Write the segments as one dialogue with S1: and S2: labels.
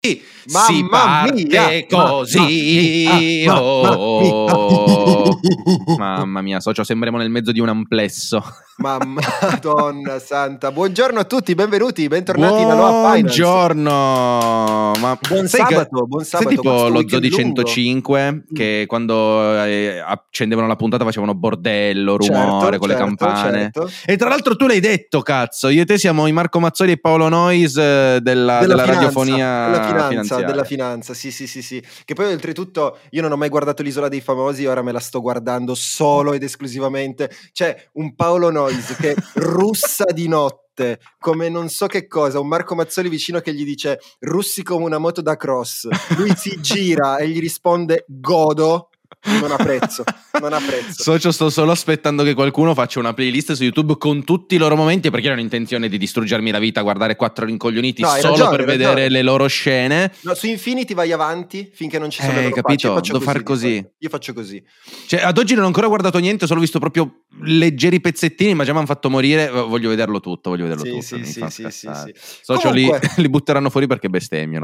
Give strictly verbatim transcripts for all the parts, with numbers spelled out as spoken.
S1: Si parte mia, così. Ma, ma, oh. Mamma mia, socio, sembriamo nel mezzo di un amplesso.
S2: Mamma donna santa. Buongiorno a tutti, benvenuti, bentornati in Aloha Finance.
S1: Buongiorno. Ma
S2: buon sabato, buon sabato.
S1: Sei tipo lo Zoo di centocinque che mm. quando eh, accendevano la puntata facevano bordello, rumore, certo, con certo, le campane. Certo. E tra l'altro tu l'hai detto, cazzo, io e te siamo i Marco Mazzoli e Paolo Nois della, della, della finanza, radiofonia
S2: della finanza, della finanza, sì sì sì sì. Che poi oltretutto io non ho mai guardato l'Isola dei Famosi, ora me la sto guardando solo ed esclusivamente. C'è un Paolo Nois che russa di notte come non so che cosa, un Marco Mazzoli vicino che gli dice russi come una moto da cross, lui si gira e gli risponde godo. Non ha prezzo, non ha prezzo.
S1: Socio, sto solo aspettando che qualcuno faccia una playlist su YouTube con tutti i loro momenti, perché io non ho intenzione di distruggermi la vita a guardare quattro rincoglioniti no, solo ragione, per vedere ragione. le loro scene.
S2: No, su Infinity vai avanti finché non ci sono
S1: eh,
S2: le loro
S1: capito,
S2: facce.
S1: devo far così.
S2: Io faccio così.
S1: Cioè, ad oggi non ho ancora guardato niente, ho solo visto proprio leggeri pezzettini, ma già mi hanno fatto morire. Voglio vederlo tutto, voglio vederlo
S2: sì,
S1: tutto.
S2: Sì, sì, sì, sì, sì.
S1: Socio, li, li butteranno fuori perché bestemmiano.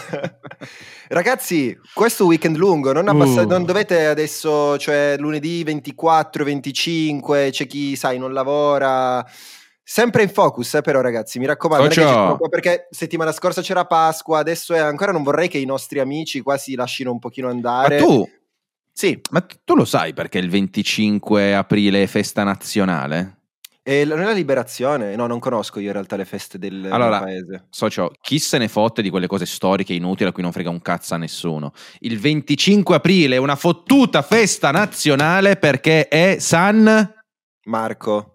S2: Ragazzi, questo weekend lungo, non, abbassa- uh. non dovete adesso, cioè lunedì ventiquattro, venticinque, c'è chi sai non lavora, sempre in focus eh, però ragazzi, mi raccomando, non è che c'è troppo, perché settimana scorsa c'era Pasqua, adesso è ancora, non vorrei che i nostri amici qua si lasciano un pochino andare.
S1: Ma tu,
S2: sì.
S1: ma tu lo sai perché il venticinque aprile è festa nazionale?
S2: E non è la liberazione? No, non conosco io in realtà le feste del,
S1: allora,
S2: del paese.
S1: Socio, chi se ne fotte di quelle cose storiche inutili a cui non frega un cazzo a nessuno? Il venticinque aprile è una fottuta festa nazionale perché è San
S2: Marco.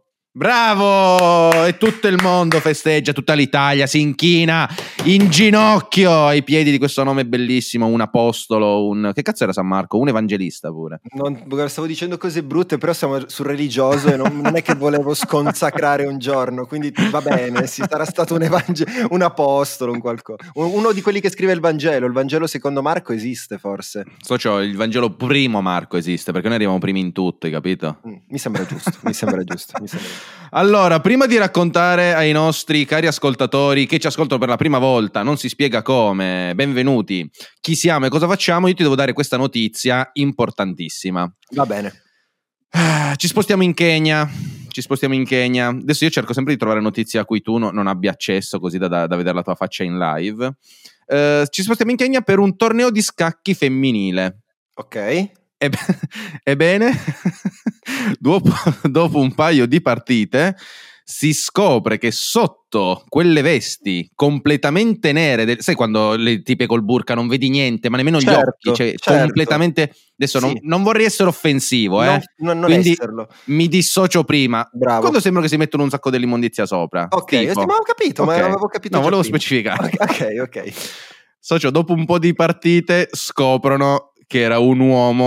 S1: Bravo! E tutto il mondo festeggia, tutta l'Italia si inchina in ginocchio ai piedi di questo nome bellissimo, un apostolo, un... che cazzo era San Marco? Un evangelista pure.
S2: Non, stavo dicendo cose brutte, però siamo sul religioso e non, non è che volevo sconsacrare un giorno, quindi va bene, si sarà stato un, evangel- un apostolo, un qualcosa. Uno di quelli che scrive il Vangelo. Il Vangelo secondo Marco esiste forse.
S1: Socio, il Vangelo primo Marco esiste, perché noi arriviamo primi in tutto, hai capito?
S2: Mm, mi sembra giusto, mi sembra giusto, mi sembra giusto.
S1: Allora, prima di raccontare ai nostri cari ascoltatori che ci ascoltano per la prima volta, non si spiega come, benvenuti, chi siamo e cosa facciamo, io ti devo dare questa notizia importantissima.
S2: Va bene.
S1: Ci spostiamo in Kenya, ci spostiamo in Kenya. Adesso io cerco sempre di trovare notizie a cui tu no, non abbia accesso, così da, da, da vedere la tua faccia in live. Uh, ci spostiamo in Kenya per un torneo di scacchi femminile.
S2: Ok.
S1: Ebbene, dopo, dopo un paio di partite si scopre che sotto quelle vesti completamente nere, del, sai quando le tipe col burka non vedi niente, ma nemmeno
S2: certo,
S1: gli occhi, cioè
S2: certo.
S1: completamente. Adesso sì. non, non vorrei essere offensivo, eh?
S2: non, non, non
S1: quindi
S2: esserlo.
S1: Mi dissocio prima.
S2: Bravo.
S1: Quando sembra che si mettono un sacco dell'immondizia sopra.
S2: Ok,
S1: tipo.
S2: ma ho capito, okay. ma avevo capito.
S1: No, volevo
S2: prima.
S1: specificare.
S2: Ok, ok.
S1: Socio, dopo un po' di partite scoprono che era un uomo.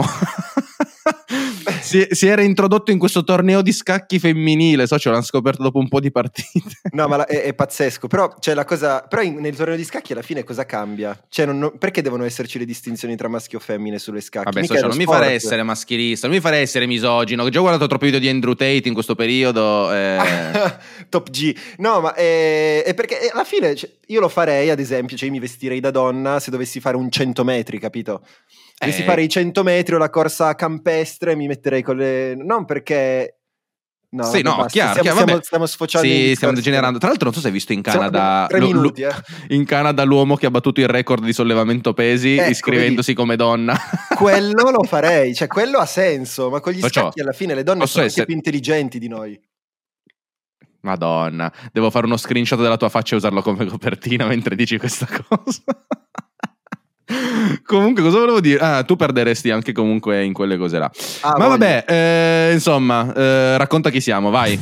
S1: si, si era introdotto in questo torneo di scacchi femminile, socio, l'hanno scoperto dopo un po' di partite.
S2: No, ma la, è, è pazzesco. Però, cioè, la cosa, però in, nel torneo di scacchi alla fine cosa cambia? Cioè, non, non, perché devono esserci le distinzioni tra maschi o femmine sulle scacchi?
S1: Vabbè,
S2: Mica
S1: socio, non
S2: sport.
S1: mi farei essere maschilista, non mi farei essere misogino. Ho già guardato troppi video di Andrew Tate in questo periodo. Eh...
S2: Top G. No, ma è, è perché alla fine cioè, io lo farei, ad esempio, cioè io mi vestirei da donna se dovessi fare un cento metri, capito? Dovessi eh. fare i cento metri o la corsa campestre, mi metterei con le... Non perché...
S1: No, sì, no,
S2: basta.
S1: chiaro,
S2: stiamo,
S1: chiaro,
S2: stiamo,
S1: vabbè.
S2: stiamo sfociando.
S1: Sì, stiamo degenerando. Tra l'altro, non so se hai visto in Canada,
S2: tre minuti, eh.
S1: in Canada l'uomo che ha battuto il record di sollevamento pesi ecco, iscrivendosi vedi. come donna.
S2: Quello lo farei, cioè quello ha senso, ma con gli
S1: Lo
S2: scacchi alla fine le donne sono
S1: essere...
S2: anche più intelligenti di noi.
S1: Madonna, devo fare uno screenshot della tua faccia e usarlo come copertina mentre dici questa cosa. Comunque, cosa volevo dire? Ah, tu perderesti anche comunque in quelle cose là. Ah, Ma voglio. vabbè, eh, insomma, eh, racconta chi siamo, vai.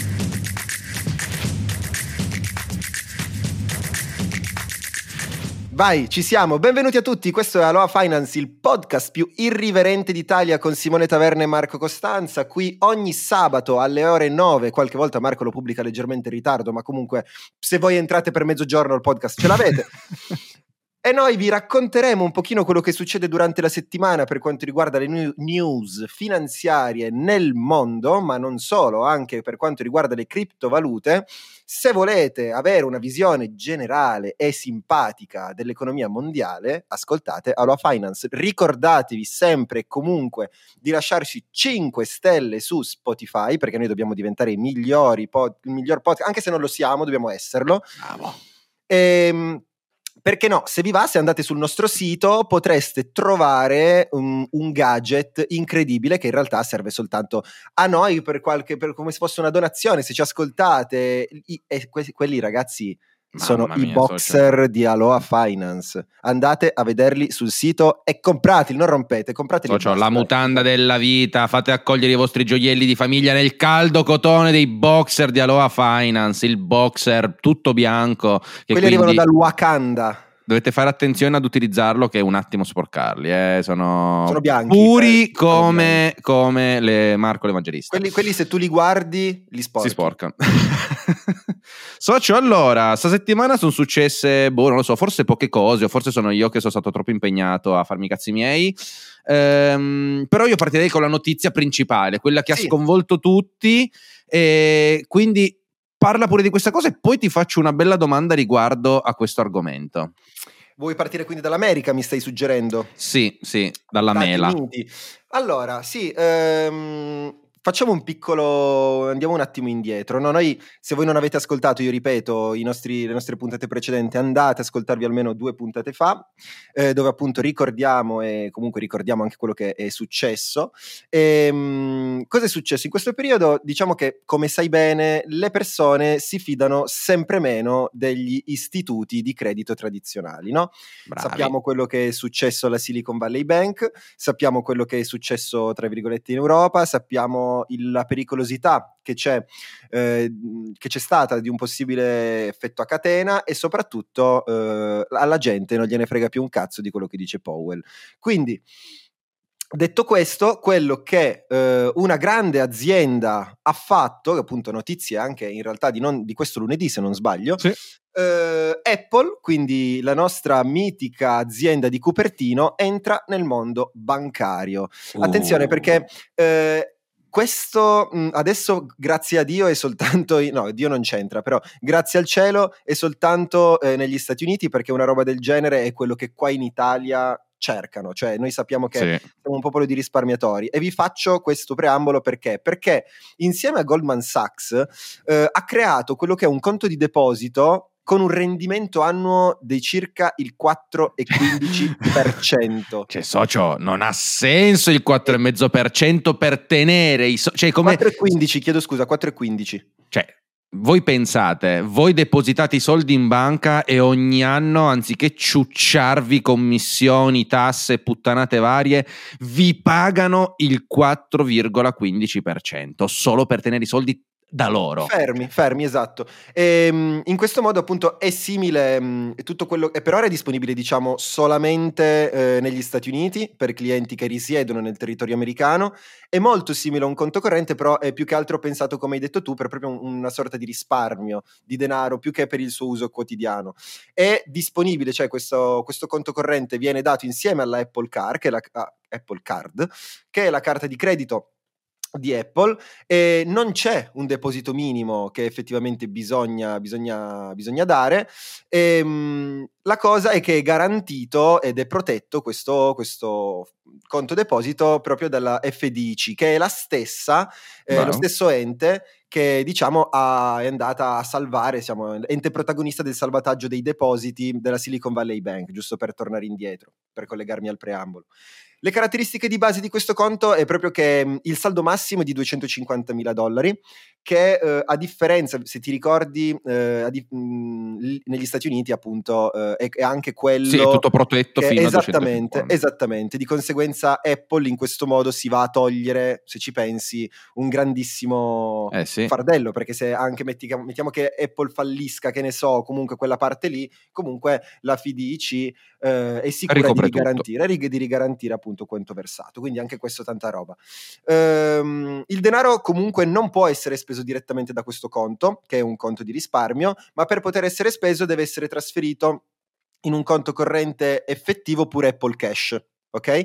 S2: Vai, ci siamo. Benvenuti a tutti. Questo è Aloha Finance, il podcast più irriverente d'Italia con Simone Taverna e Marco Costanza. Qui ogni sabato alle ore nove. Qualche volta Marco lo pubblica leggermente in ritardo, ma comunque se voi entrate per mezzogiorno il podcast ce l'avete. E noi vi racconteremo un pochino quello che succede durante la settimana per quanto riguarda le news finanziarie nel mondo, ma non solo, anche per quanto riguarda le criptovalute. Se volete avere una visione generale e simpatica dell'economia mondiale, ascoltate Aloha Finance. Ricordatevi sempre e comunque di lasciarci cinque stelle su Spotify, perché noi dobbiamo diventare i migliori pod- il miglior podcast, anche se non lo siamo, dobbiamo esserlo.
S1: Bravo.
S2: Ehm Perché no, se vi va, se andate sul nostro sito potreste trovare un, un gadget incredibile che in realtà serve soltanto a noi per qualche, per come se fosse una donazione. Se ci ascoltate, i, e que- quelli ragazzi sono
S1: Mamma
S2: i
S1: mia,
S2: boxer
S1: socio.
S2: di Aloha Finance. Andate a vederli sul sito e comprateli, non rompete, comprateli.
S1: Socio, la mutanda della vita, fate accogliere i vostri gioielli di famiglia nel caldo cotone dei boxer di Aloha Finance, il boxer tutto bianco. Che
S2: Quelli arrivano dal Wakanda.
S1: Dovete fare attenzione ad utilizzarlo, che è un attimo sporcarli, eh. sono,
S2: sono bianchi,
S1: puri
S2: eh,
S1: come,
S2: bianchi.
S1: come le Marco l'Evangelista.
S2: Quelli, quelli se tu li guardi li sporchi.
S1: Si sporcano. Socio, allora, sta settimana sono successe, boh, non lo so, forse poche cose, o forse sono io che sono stato troppo impegnato a farmi i cazzi miei. Ehm, però io partirei con la notizia principale, quella che sì. ha sconvolto tutti, e quindi parla pure di questa cosa e poi ti faccio una bella domanda riguardo a questo argomento.
S2: Vuoi partire quindi dall'America, mi stai suggerendo?
S1: Sì, sì, dalla
S2: Stati
S1: mela.
S2: Uniti. Allora, sì, ehm, facciamo un piccolo, andiamo un attimo indietro, no? Noi, se voi non avete ascoltato, io ripeto, i nostri, le nostre puntate precedenti, andate a ascoltarvi almeno due puntate fa, eh, dove appunto ricordiamo e comunque ricordiamo anche quello che è successo. E, mh, cosa è successo in questo periodo? Diciamo che, come sai bene, le persone si fidano sempre meno degli istituti di credito tradizionali, no?
S1: Bravi.
S2: Sappiamo quello che è successo alla Silicon Valley Bank, sappiamo quello che è successo tra virgolette in Europa, sappiamo il, la pericolosità che c'è, eh, che c'è stata di un possibile effetto a catena, e soprattutto eh, alla gente non gliene frega più un cazzo di quello che dice Powell. Quindi, detto questo, quello che eh, una grande azienda ha fatto, che appunto notizie anche in realtà di, non, di questo lunedì se non sbaglio,
S1: sì.
S2: Uh, Apple, quindi la nostra mitica azienda di Cupertino, entra nel mondo bancario. Uh. Attenzione, perché uh, questo mh, adesso, grazie a Dio, è soltanto in, no, Dio non c'entra, però grazie al cielo è soltanto eh, negli Stati Uniti, perché una roba del genere è quello che qua in Italia cercano, cioè noi sappiamo che sì. siamo un popolo di risparmiatori, e vi faccio questo preambolo perché perché insieme a Goldman Sachs eh, ha creato quello che è un conto di deposito con un rendimento annuo di circa il quattro virgola quindici per cento.
S1: Cioè, socio, non ha senso il quattro virgola cinque per cento per tenere i so- cioè, come...
S2: quattro virgola quindici, chiedo scusa, quattro virgola quindici.
S1: Cioè, voi pensate, voi depositate i soldi in banca e ogni anno, anziché ciucciarvi commissioni, tasse e puttanate varie, vi pagano il quattro virgola quindici per cento solo per tenere i soldi da loro.
S2: Fermi, fermi, esatto. E, um, in questo modo appunto è simile, um, tutto quello, e per ora è disponibile diciamo solamente eh, negli Stati Uniti per clienti che risiedono nel territorio americano. È molto simile a un conto corrente, però è più che altro pensato, come hai detto tu, per proprio un, una sorta di risparmio di denaro più che per il suo uso quotidiano. È disponibile, cioè questo, questo conto corrente viene dato insieme alla Apple Card, che è la, ah, Apple Card, che è la carta di credito di Apple, e non c'è un deposito minimo che effettivamente bisogna, bisogna, bisogna dare. E, mh, la cosa è che è garantito ed è protetto questo, questo conto deposito proprio dalla F D I C, che è la stessa, eh, lo stesso ente che diciamo ha, è andata a salvare, siamo ente protagonista del salvataggio dei depositi della Silicon Valley Bank, giusto per tornare indietro, per collegarmi al preambolo. Le caratteristiche di base di questo conto è proprio che mh, il saldo massimo è di duecentocinquantamila dollari, che eh, a differenza, se ti ricordi, eh, di, mh, negli Stati Uniti appunto eh, è, è anche quello...
S1: Sì, è tutto protetto
S2: che,
S1: fino
S2: esattamente,
S1: a duecentocinquanta.
S2: Esattamente, di conseguenza Apple in questo modo si va a togliere, se ci pensi, un grandissimo
S1: eh sì.
S2: fardello, perché se anche metti, mettiamo che Apple fallisca, che ne so, comunque quella parte lì, comunque la F D I C eh, è sicura Ricopre di rigarantire, rig- di rigarantire appunto quanto versato, quindi anche questo tanta roba. Ehm, il denaro comunque non può essere speso direttamente da questo conto, che è un conto di risparmio, ma per poter essere speso deve essere trasferito in un conto corrente effettivo oppure Apple Cash, ok?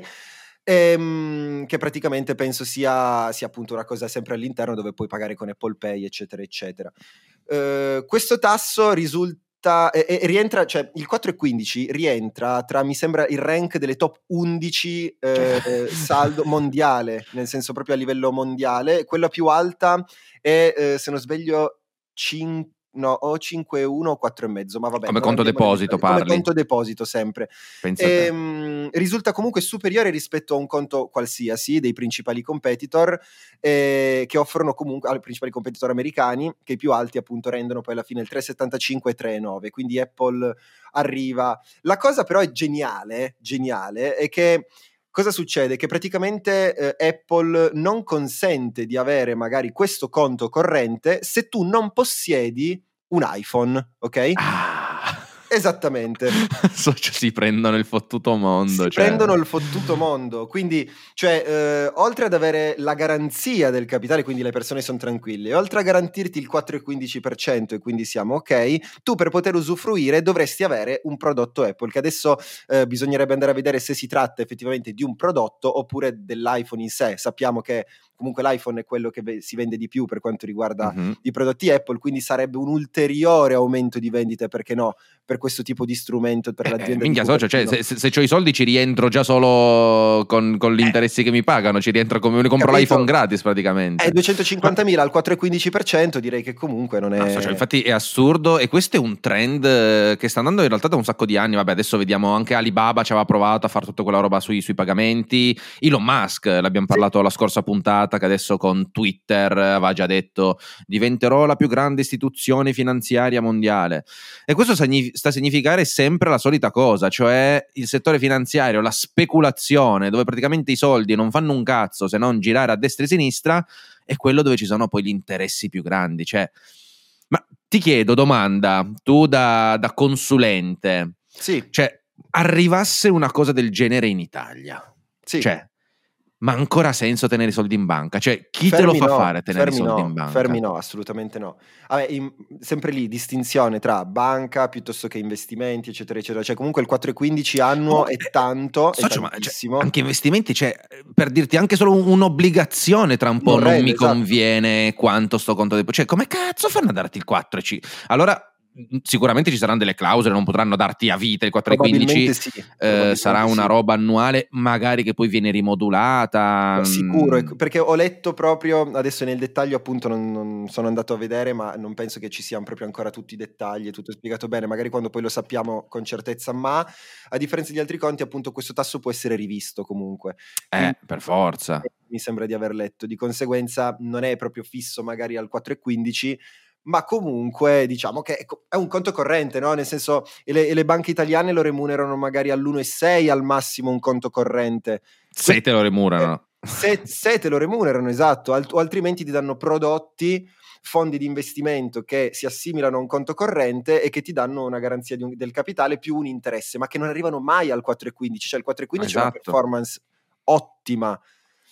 S2: Ehm, che praticamente penso sia, sia appunto una cosa sempre all'interno dove puoi pagare con Apple Pay, eccetera, eccetera. Uh, questo tasso risulta, e, e rientra, cioè il quattro e quindici rientra tra, mi sembra, il rank delle top undici eh, saldo mondiale, nel senso proprio a livello mondiale. Quella più alta è, eh, se non sbaglio, cinque no, o cinque virgola uno o quattro virgola cinque, ma vabbè.
S1: Come conto deposito parli?
S2: Come conto deposito sempre. E, mh, risulta comunque superiore rispetto a un conto qualsiasi dei principali competitor, eh, che offrono comunque, ai principali competitor americani, che i più alti appunto rendono poi alla fine il tre virgola settantacinque e tre virgola nove, quindi Apple arriva. La cosa però è geniale, geniale, è che cosa succede? Che praticamente eh, Apple non consente di avere magari questo conto corrente se tu non possiedi un iPhone, ok?
S1: Ah.
S2: Esattamente.
S1: So, cioè, si prendono il fottuto mondo.
S2: Si
S1: cioè.
S2: prendono il fottuto mondo. Quindi, cioè, eh, oltre ad avere la garanzia del capitale, quindi le persone sono tranquille, oltre a garantirti il quattro virgola quindici per cento e quindi siamo ok, tu per poter usufruire dovresti avere un prodotto Apple, che adesso eh, bisognerebbe andare a vedere se si tratta effettivamente di un prodotto oppure dell'iPhone in sé. Sappiamo che comunque l'iPhone è quello che ve- si vende di più per quanto riguarda mm-hmm. i prodotti Apple, quindi sarebbe un ulteriore aumento di vendite, perché no, per questo tipo di strumento per l'azienda.
S1: Eh, minchia socio, cioè, se, se, se ho i soldi ci rientro già solo con, con gli interessi eh. che mi pagano, ci rientro come compro Capito? l'iPhone gratis praticamente.
S2: È duecentocinquantamila Ma... al quattro virgola quindici per cento, direi che comunque non è...
S1: No, socio, infatti è assurdo, e questo è un trend che sta andando in realtà da un sacco di anni. Vabbè, adesso vediamo anche Alibaba ci aveva provato a fare tutta quella roba sui, sui pagamenti, Elon Musk, l'abbiamo parlato sì. la scorsa puntata, che adesso con Twitter aveva già detto diventerò la più grande istituzione finanziaria mondiale, e questo sta a significare sempre la solita cosa, cioè il settore finanziario, la speculazione, dove praticamente i soldi non fanno un cazzo se non girare a destra e a sinistra, è quello dove ci sono poi gli interessi più grandi. Cioè, ma ti chiedo, domanda, tu da, da consulente,
S2: sì.
S1: cioè, arrivasse una cosa del genere in Italia,
S2: sì.
S1: cioè, ma ancora ha senso tenere i soldi in banca? Cioè, chi fermi te lo fa
S2: no,
S1: fare tenere i soldi
S2: no,
S1: in banca?
S2: Fermi no, assolutamente no. Vabbè, in, sempre lì, distinzione tra banca piuttosto che investimenti, eccetera, eccetera. Cioè, comunque il quattro virgola quindici annuo oh, è tanto,
S1: socio,
S2: è tantissimo.
S1: Ma, cioè, anche investimenti, cioè, per dirti, anche solo un'obbligazione tra un po' non, non mi esatto. conviene quanto sto conto di... Cioè, come cazzo fanno a darti il quattro e cinque? Allora... sicuramente ci saranno delle clausole, non potranno darti a vita il quattro virgola quindici,
S2: sì,
S1: eh, sarà una
S2: sì.
S1: roba annuale magari che poi viene rimodulata.
S2: No, sicuro, perché ho letto proprio, adesso nel dettaglio appunto non, non sono andato a vedere, ma non penso che ci siano proprio ancora tutti i dettagli e tutto spiegato bene, magari quando poi lo sappiamo con certezza, ma a differenza di altri conti appunto questo tasso può essere rivisto comunque.
S1: Eh, Quindi, per forza.
S2: Mi sembra di aver letto, di conseguenza non è proprio fisso magari al quattro virgola quindici, ma comunque diciamo che è un conto corrente, no? Nel senso, e le, e le banche italiane lo remunerano magari all'uno virgola sei al massimo un conto corrente.
S1: Se te lo remunerano.
S2: Eh, se, se te lo remunerano, esatto, alt- o altrimenti ti danno prodotti, fondi di investimento che si assimilano a un conto corrente e che ti danno una garanzia di un, del capitale più un interesse, ma che non arrivano mai al quattro virgola quindici, cioè il quattro virgola quindici esatto. è una performance ottima.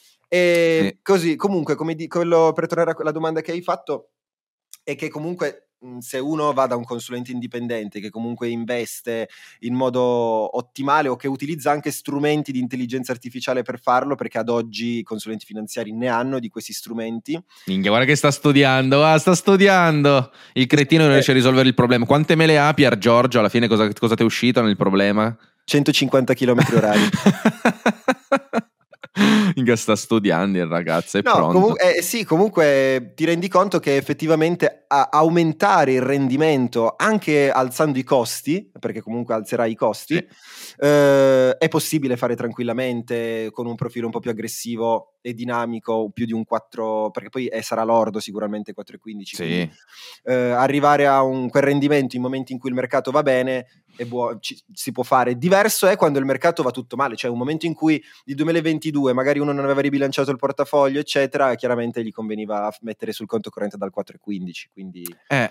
S2: E sì. Così, comunque, come di, quello, per tornare alla domanda che hai fatto, è che comunque se uno va da un consulente indipendente che comunque investe in modo ottimale o che utilizza anche strumenti di intelligenza artificiale per farlo, perché ad oggi i consulenti finanziari ne hanno di questi strumenti.
S1: Minchia, guarda che sta studiando, ah, sta studiando. Il cretino non riesce a risolvere il problema. Quante mele ha Pier Giorgio? Alla fine cosa, cosa ti è uscito nel problema?
S2: centocinquanta chilometri orari.
S1: Che sta studiando il ragazzo, è
S2: no,
S1: pronto.
S2: Comunque, eh, sì, comunque ti rendi conto che effettivamente a aumentare il rendimento anche alzando i costi, perché comunque alzerai i costi, sì. eh, è possibile fare tranquillamente con un profilo un po' più aggressivo e dinamico, più di un quattro, perché poi eh, sarà lordo sicuramente quattro virgola quindici, sì. Quindi, eh, arrivare a un, quel rendimento in momenti in cui il mercato va bene è buono, ci, si può fare. Diverso è quando il mercato va tutto male, cioè un momento in cui il duemilaventidue magari uno non aveva ribilanciato il portafoglio eccetera, chiaramente gli conveniva mettere sul conto corrente dal quattro virgola quindici, quindi
S1: eh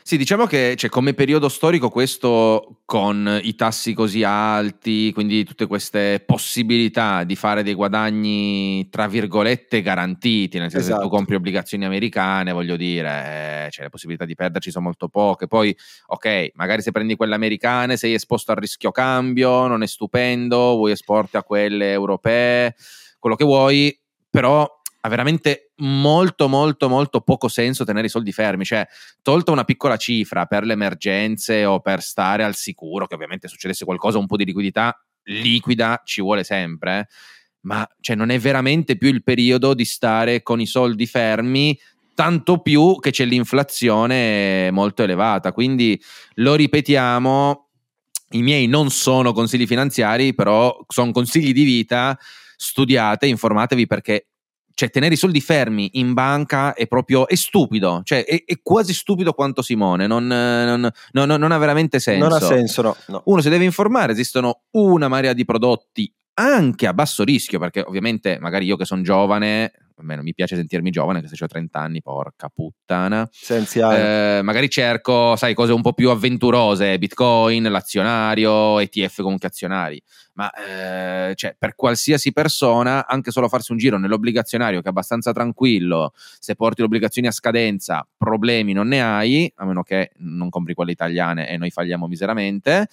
S1: Sì, diciamo che cioè, come periodo storico questo, con i tassi così alti, quindi tutte queste possibilità di fare dei guadagni tra virgolette garantiti, nel senso
S2: esatto.
S1: che tu compri obbligazioni americane, voglio dire, eh, cioè le possibilità di perderci sono molto poche. Poi, ok, magari se prendi quelle americane sei esposto al rischio cambio, non è stupendo, vuoi esporti a quelle europee, quello che vuoi, però ha veramente molto molto molto poco senso tenere i soldi fermi, cioè tolta una piccola cifra per le emergenze o per stare al sicuro, che ovviamente succedesse qualcosa, un po' di liquidità liquida ci vuole sempre, ma cioè, non è veramente più il periodo di stare con i soldi fermi, tanto più che c'è l'inflazione molto elevata. Quindi lo ripetiamo, i miei non sono consigli finanziari, però sono consigli di vita. Studiate, informatevi, perché cioè tenere i soldi fermi in banca è proprio è stupido, cioè è, è quasi stupido quanto Simone, non, non, non, non ha veramente senso.
S2: Non ha senso, no, no.
S1: Uno si deve informare, esistono una marea di prodotti anche a basso rischio, perché ovviamente magari io che sono giovane, a me non mi piace sentirmi giovane, che se ho trenta anni, porca puttana, eh, magari cerco, sai, cose un po' più avventurose, Bitcoin, l'azionario, E T F comunque azionari, ma eh, cioè, per qualsiasi persona, anche solo farsi un giro nell'obbligazionario, che è abbastanza tranquillo, se porti le obbligazioni a scadenza problemi non ne hai, a meno che non compri quelle italiane e noi falliamo miseramente.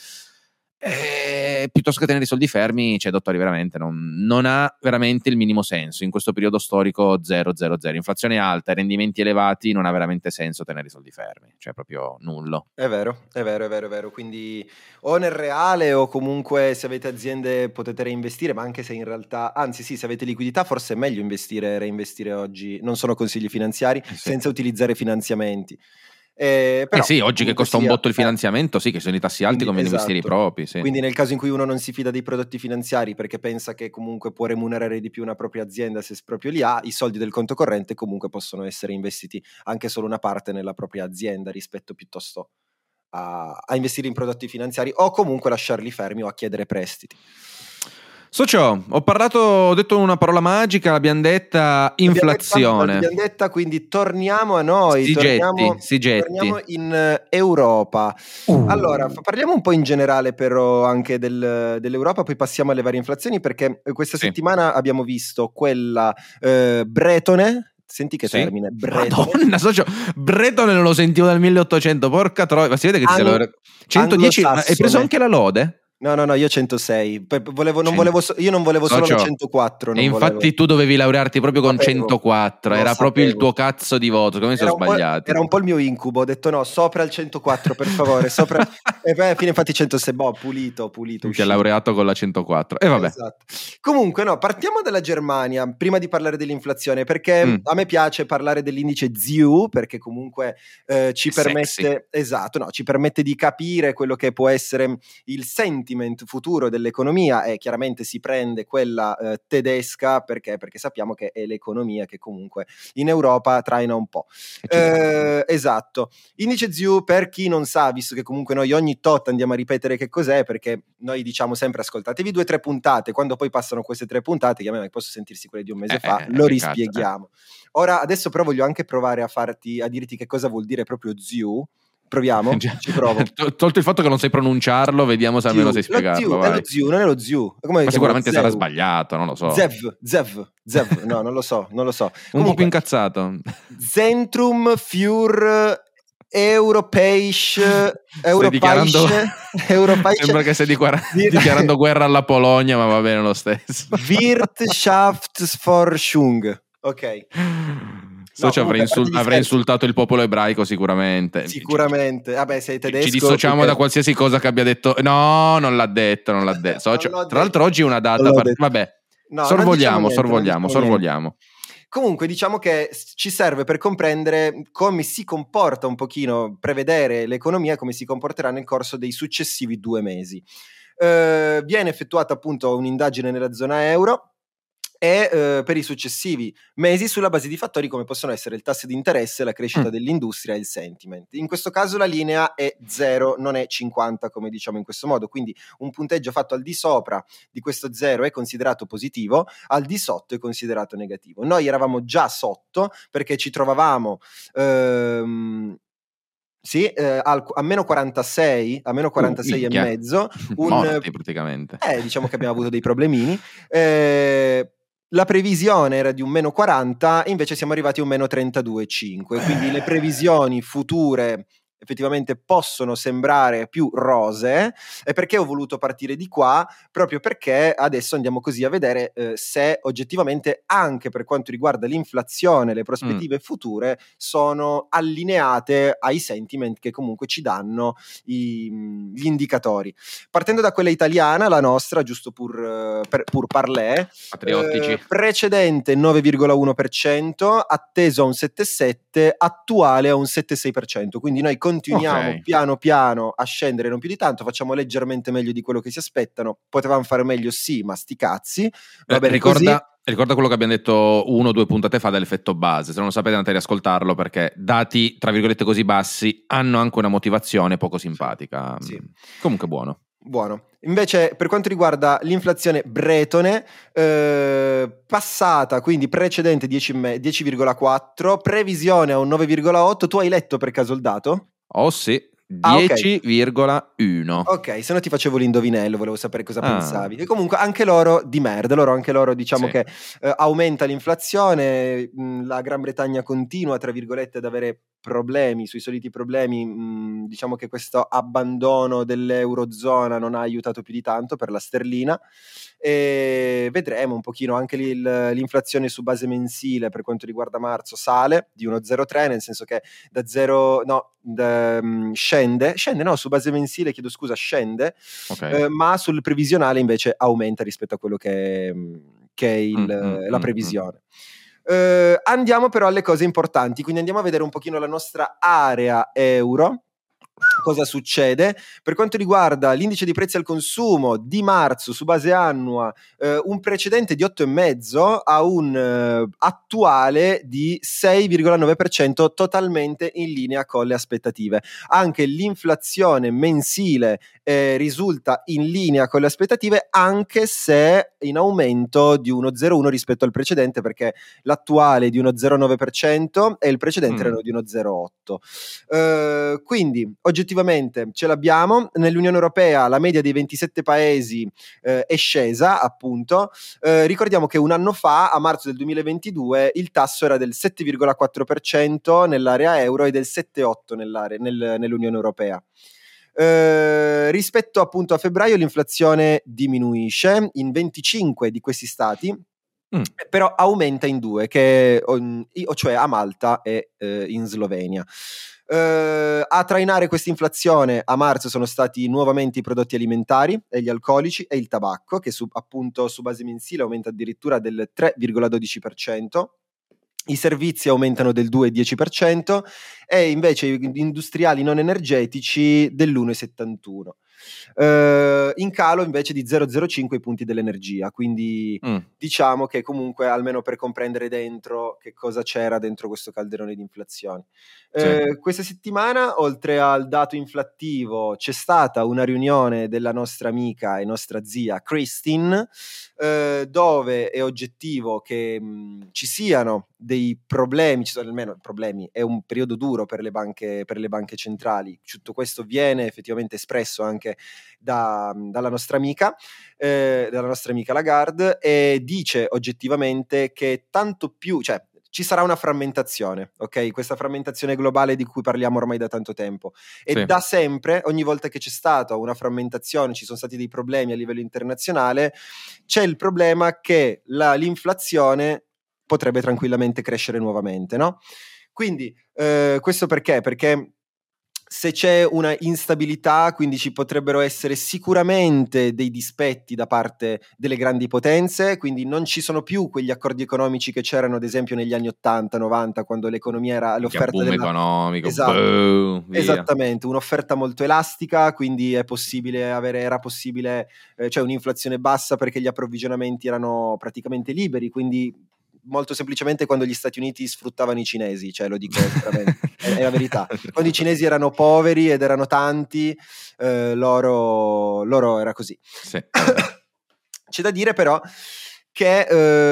S1: Eh, piuttosto che tenere i soldi fermi, cioè dottori, veramente non, non ha veramente il minimo senso in questo periodo storico. Zero zero zero, inflazione alta, rendimenti elevati, non ha veramente senso tenere i soldi fermi, cioè proprio nullo.
S2: È vero, è vero, è vero, è vero. Quindi o nel reale o comunque se avete aziende potete reinvestire, ma anche se in realtà, anzi sì, se avete liquidità forse è meglio investire, reinvestire oggi, non sono consigli finanziari,
S1: eh sì.
S2: senza utilizzare finanziamenti. Eh, però,
S1: eh sì, oggi che costa
S2: sia,
S1: un botto il finanziamento, eh, sì, che sono i tassi alti, come
S2: esatto.
S1: investire i propri. Sì.
S2: Quindi nel caso in cui uno non si fida dei prodotti finanziari perché pensa che comunque può remunerare di più una propria azienda se proprio li ha, i soldi del conto corrente comunque possono essere investiti anche solo una parte nella propria azienda rispetto piuttosto a, a investire in prodotti finanziari o comunque lasciarli fermi o a chiedere prestiti.
S1: Socio, ho parlato, ho detto una parola magica, l'abbiamo detta inflazione.
S2: L'abbiamo detta, detta, quindi torniamo a noi,
S1: si
S2: torniamo,
S1: getti, si getti.
S2: torniamo in Europa. Uh. Allora, parliamo un po' in generale però anche del, dell'Europa, poi passiamo alle varie inflazioni, perché questa sì. settimana abbiamo visto quella eh, bretone. Senti che sì. termine, bretone.
S1: Madonna, socio, bretone non lo sentivo dal milleottocento, porca troia, ma si vede che Ang- ti sei centodieci, ma hai preso anche la lode?
S2: No, no, no, io centosei. Volevo, non volevo, io non volevo solo
S1: Socio,
S2: la centoquattro. Non
S1: e infatti
S2: volevo.
S1: tu dovevi laurearti proprio con
S2: sapevo,
S1: centoquattro, era
S2: sapevo.
S1: proprio il tuo cazzo di voto. Come sono sbagliati?
S2: Era un po' il mio incubo. Ho detto no, sopra il centoquattro, per favore. Sopra... e poi alla fine, infatti, centosei. Boh, pulito, pulito.
S1: Ti ha laureato con la centoquattro. E vabbè.
S2: Esatto. Comunque, no, partiamo dalla Germania prima di parlare dell'inflazione, perché mm. a me piace parlare dell'indice Z I U, perché comunque eh, ci permette,
S1: Sexy.
S2: esatto, no, ci permette di capire quello che può essere il sentiment futuro dell'economia, e chiaramente si prende quella eh, tedesca perché? Perché sappiamo che è l'economia che comunque in Europa traina un po'. Eh, esatto. Indice Z I U, per chi non sa, visto che comunque noi ogni tot andiamo a ripetere che cos'è, perché noi diciamo sempre ascoltatevi due o tre puntate, quando poi passano queste tre puntate, che a me posso sentirsi quelle di un mese eh, fa, eh, lo rispieghiamo. Cazzo, eh. Ora, adesso però voglio anche provare a farti, a dirti che cosa vuol dire proprio Z I U. Proviamo? Ci provo.
S1: Tolto il fatto che non sai pronunciarlo, vediamo se almeno sai spiegarlo.
S2: Lo Z I U, è lo Z I U, non è lo Z I U. Come
S1: Ma sicuramente sarà sbagliato, non lo so.
S2: Zev, Zev, Zev, no, non lo so, non lo so.
S1: Un Comunque, po' più incazzato.
S2: Zentrum für Europeisch,
S1: dichiarando sembra che stai dichiara- dichiarando guerra alla Polonia, ma va bene lo stesso.
S2: Wirtschaftsforschung. Ok.
S1: No, cioè, avrei, insul- avrei insultato il popolo ebraico sicuramente.
S2: Sicuramente. Vabbè, sei tedesco.
S1: Ci dissociamo perché... da qualsiasi cosa che abbia detto. No, non l'ha detto, non l'ha detto. Socio... non Tra l'altro oggi è una data part... Vabbè. No, sorvogliamo, diciamo sorvogliamo, diciamo sorvogliamo.
S2: Comunque diciamo che ci serve per comprendere come si comporta un pochino, prevedere l'economia, come si comporterà nel corso dei successivi due mesi. Eh, viene effettuata appunto un'indagine nella zona euro e eh, per i successivi mesi sulla base di fattori come possono essere il tasso di interesse, la crescita mm. dell'industria e il sentiment. In questo caso la linea è zero, non è cinquanta come diciamo in questo modo, quindi un punteggio fatto al di sopra di questo zero è considerato positivo, al di sotto è considerato negativo. Noi eravamo già sotto perché ci trovavamo ehm, Sì, eh, al, a meno quarantasei, a meno quarantasei
S1: uh,
S2: e mezzo, un,
S1: morti praticamente.
S2: Eh, diciamo che abbiamo avuto dei problemini. Eh, la previsione era di un meno quaranta, invece siamo arrivati a un meno trentadue virgola cinque, quindi le previsioni future effettivamente possono sembrare più rosee. E perché ho voluto partire di qua? Proprio perché adesso andiamo così a vedere eh, se oggettivamente, anche per quanto riguarda l'inflazione, le prospettive mm. future sono allineate ai sentiment che comunque ci danno i, gli indicatori. Partendo da quella italiana, la nostra, giusto pur, per, pur parler,
S1: patriottici,
S2: eh, precedente nove virgola uno per cento, atteso a un sette virgola sette, attuale a un sette virgola sei per cento, quindi noi continuiamo okay. piano piano a scendere, non più di tanto, facciamo leggermente meglio di quello che si aspettano, potevamo fare meglio sì, ma sti cazzi, va bene
S1: ricorda,
S2: così.
S1: Ricorda quello che abbiamo detto uno o due puntate fa dell'effetto base, se non lo sapete andate a riascoltarlo, perché dati tra virgolette così bassi hanno anche una motivazione poco simpatica. Sì. Comunque buono.
S2: Buono. Invece per quanto riguarda l'inflazione bretone, eh, passata, quindi precedente dieci virgola quattro, previsione a un nove virgola otto, tu hai letto per caso il dato?
S1: Oh sì, dieci virgola uno.
S2: Ah, ok, se no ti facevo l'indovinello, volevo sapere cosa ah. pensavi. E comunque anche loro di merda, loro anche loro diciamo sì. che eh, aumenta l'inflazione, mh, la Gran Bretagna continua tra virgolette ad avere problemi, sui soliti problemi, mh, diciamo che questo abbandono dell'eurozona non ha aiutato più di tanto per la sterlina, e vedremo un pochino anche l'inflazione su base mensile per quanto riguarda marzo sale di uno zero virgola tre, nel senso che da zero no da, um, scende scende no su base mensile chiedo scusa scende okay. eh, ma sul previsionale invece aumenta rispetto a quello che, che è il, mm, la mm, previsione. mm. eh, andiamo però alle cose importanti, quindi andiamo a vedere un pochino la nostra area euro. Cosa succede? Per quanto riguarda l'indice di prezzi al consumo di marzo su base annua, eh, un precedente di otto virgola cinque a un eh, attuale di sei virgola nove per cento, totalmente in linea con le aspettative. Anche l'inflazione mensile eh, risulta in linea con le aspettative, anche se in aumento di uno virgola zero uno rispetto al precedente, perché l'attuale è di uno virgola zero nove per cento e il precedente mm. erano di uno virgola zero otto. Uh, quindi oggettivamente ce l'abbiamo. Nell'Unione Europea la media dei ventisette paesi uh, è scesa, appunto. Uh, ricordiamo che un anno fa, a marzo del duemilaventidue, il tasso era del sette virgola quattro per cento nell'area euro e del sette virgola otto per cento nel, nell'Unione Europea. Uh, rispetto appunto a febbraio l'inflazione diminuisce in venticinque di questi stati, mm. però aumenta in due, che, o, cioè a Malta e uh, in Slovenia. Uh, a trainare questa inflazione a marzo sono stati nuovamente i prodotti alimentari e gli alcolici e il tabacco, che su, appunto su base mensile aumenta addirittura del tre virgola dodici per cento. I servizi aumentano del due virgola dieci per cento e invece gli industriali non energetici dell'uno virgola settantuno. Uh, in calo invece di zero virgola zero cinque i punti dell'energia, quindi mm. diciamo che comunque almeno per comprendere dentro che cosa c'era dentro questo calderone di inflazione. Sì. Uh, questa settimana, oltre al dato inflattivo, c'è stata una riunione della nostra amica e nostra zia Christine, uh, dove è oggettivo che mh, ci siano dei problemi, ci sono almeno problemi, è un periodo duro per le banche, per le banche centrali. Tutto questo viene effettivamente espresso anche da, dalla nostra amica, eh, dalla nostra amica Lagarde, e dice oggettivamente che tanto più, cioè ci sarà una frammentazione, ok? Questa frammentazione globale di cui parliamo ormai da tanto tempo. E sì. Da sempre, ogni volta che c'è stata una frammentazione, ci sono stati dei problemi a livello internazionale, c'è il problema che la, l'inflazione potrebbe tranquillamente crescere nuovamente, no? Quindi, eh, questo perché? Perché se c'è una instabilità, quindi ci potrebbero essere sicuramente dei dispetti da parte delle grandi potenze, quindi non ci sono più quegli accordi economici che c'erano ad esempio negli anni ottanta novanta, quando l'economia era l'offerta
S1: boom
S2: della...
S1: economico,
S2: esatto,
S1: boom,
S2: esattamente, un'offerta molto elastica, quindi è possibile avere, era possibile, eh, cioè un'inflazione bassa perché gli approvvigionamenti erano praticamente liberi, quindi molto semplicemente quando gli Stati Uniti sfruttavano i cinesi, cioè lo dico veramente, è, è la verità. Quando i cinesi erano poveri ed erano tanti, eh, loro, loro era così.
S1: Sì.
S2: C'è da dire però che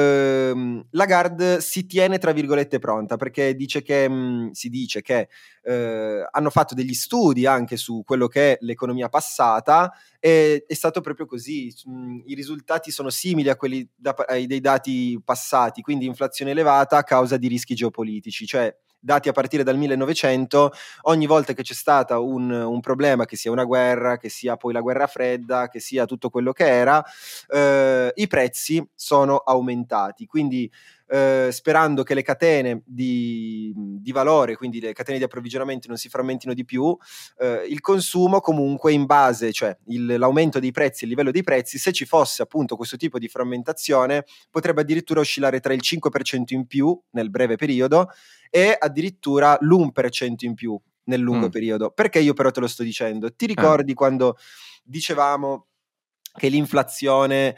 S2: eh, Lagarde si tiene tra virgolette pronta, perché dice che mh, si dice che eh, hanno fatto degli studi anche su quello che è l'economia passata e è stato proprio così. Mh, i risultati sono simili a quelli da, ai, dei dati passati, quindi inflazione elevata a causa di rischi geopolitici, cioè dati a partire dal millenovecento, ogni volta che c'è stata un, un problema, che sia una guerra, che sia poi la guerra fredda, che sia tutto quello che era, eh, i prezzi sono aumentati. Quindi eh, sperando che le catene di, di valore, quindi le catene di approvvigionamento non si frammentino di più, eh, il consumo comunque in base, cioè il, l'aumento dei prezzi, il livello dei prezzi, se ci fosse appunto questo tipo di frammentazione, potrebbe addirittura oscillare tra il cinque per cento in più nel breve periodo e addirittura l'uno per cento in più nel lungo mm. periodo. Perché io però te lo sto dicendo? Ti ricordi ah. quando dicevamo che l'inflazione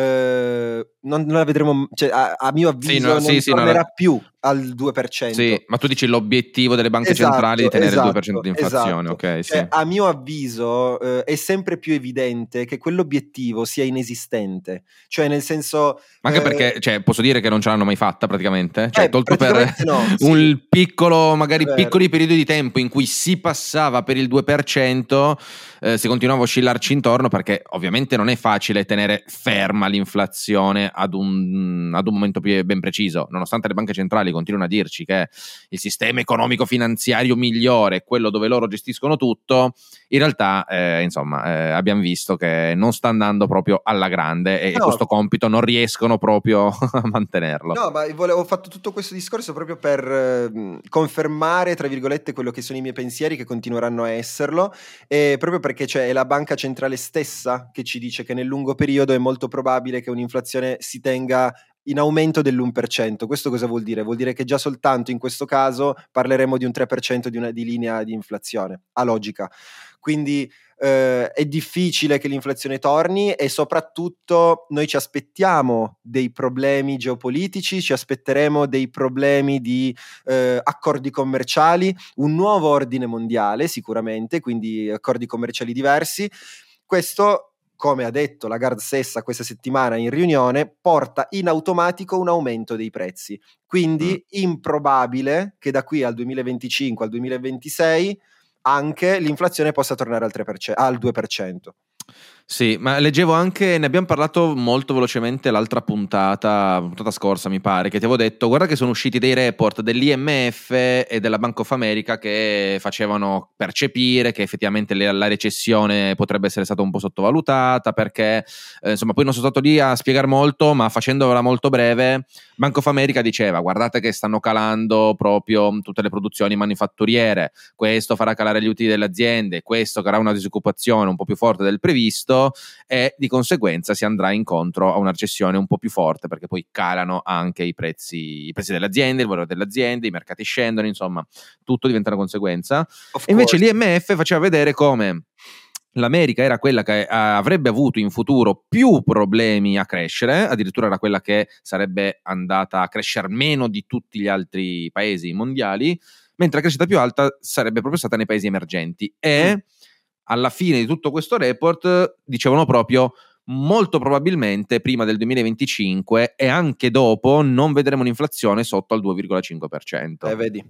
S2: eh, non, non la vedremo, cioè, a, a mio avviso sì, no, non sì, tornerà sì, no, più al due per cento.
S1: Sì, ma tu dici l'obiettivo delle banche esatto, centrali di tenere esatto, il due per cento di inflazione,
S2: esatto.
S1: ok?
S2: Cioè,
S1: sì.
S2: A mio avviso eh, è sempre più evidente che quell'obiettivo sia inesistente, cioè nel senso...
S1: Ma anche
S2: eh,
S1: perché, cioè, posso dire che non ce l'hanno mai fatta praticamente, cioè
S2: eh,
S1: tolto per
S2: no,
S1: un
S2: sì.
S1: piccolo, magari piccoli periodi di tempo in cui si passava per il due per cento, eh, si continuava a oscillarci intorno, perché ovviamente non è facile tenere ferma l'inflazione ad un, ad un momento più ben preciso, nonostante le banche centrali continuano a dirci che il sistema economico-finanziario migliore è quello dove loro gestiscono tutto. In realtà eh, insomma eh, abbiamo visto che non sta andando proprio alla grande e, no. e questo compito non riescono proprio a mantenerlo.
S2: No, ma volevo, ho fatto tutto questo discorso proprio per eh, confermare, tra virgolette, quello che sono i miei pensieri, che continueranno a esserlo, e proprio perché cioè, è la banca centrale stessa che ci dice che nel lungo periodo è molto probabile che un'inflazione si tenga in aumento dell'uno per cento. Questo cosa vuol dire? Vuol dire che già soltanto in questo caso parleremo di un tre per cento di, una, di linea di inflazione, a logica. Quindi eh, è difficile che l'inflazione torni e soprattutto noi ci aspettiamo dei problemi geopolitici, ci aspetteremo dei problemi di eh, accordi commerciali, un nuovo ordine mondiale sicuramente, quindi accordi commerciali diversi. Questo, come ha detto Lagarde stessa questa settimana in riunione, porta in automatico un aumento dei prezzi. Quindi mm. improbabile che da qui al duemilaventicinque al duemilaventisei anche l'inflazione possa tornare al tre per cento, al due per cento.
S1: Sì, ma leggevo anche, ne abbiamo parlato molto velocemente l'altra puntata, puntata scorsa mi pare, che ti avevo detto, guarda che sono usciti dei report dell'I M F e della Bank of America che facevano percepire che effettivamente la recessione potrebbe essere stata un po' sottovalutata, perché eh, insomma poi non sono stato lì a spiegare molto, ma facendola molto breve, Bank of America diceva guardate che stanno calando proprio tutte le produzioni manifatturiere, questo farà calare gli utili delle aziende, questo creerà una disoccupazione un po' più forte del previsto, e di conseguenza si andrà incontro a una recessione un po' più forte, perché poi calano anche i prezzi, i prezzi delle aziende, il valore delle aziende, i mercati scendono, insomma tutto diventa una conseguenza. E invece l'I M F faceva vedere come l'America era quella che avrebbe avuto in futuro più problemi a crescere, addirittura era quella che sarebbe andata a crescere meno di tutti gli altri paesi mondiali, mentre la crescita più alta sarebbe proprio stata nei paesi emergenti. E mm. alla fine di tutto questo report dicevano proprio molto probabilmente prima del duemilaventicinque e anche dopo non vedremo un'inflazione sotto al due virgola cinque per cento.
S2: Eh, vedi.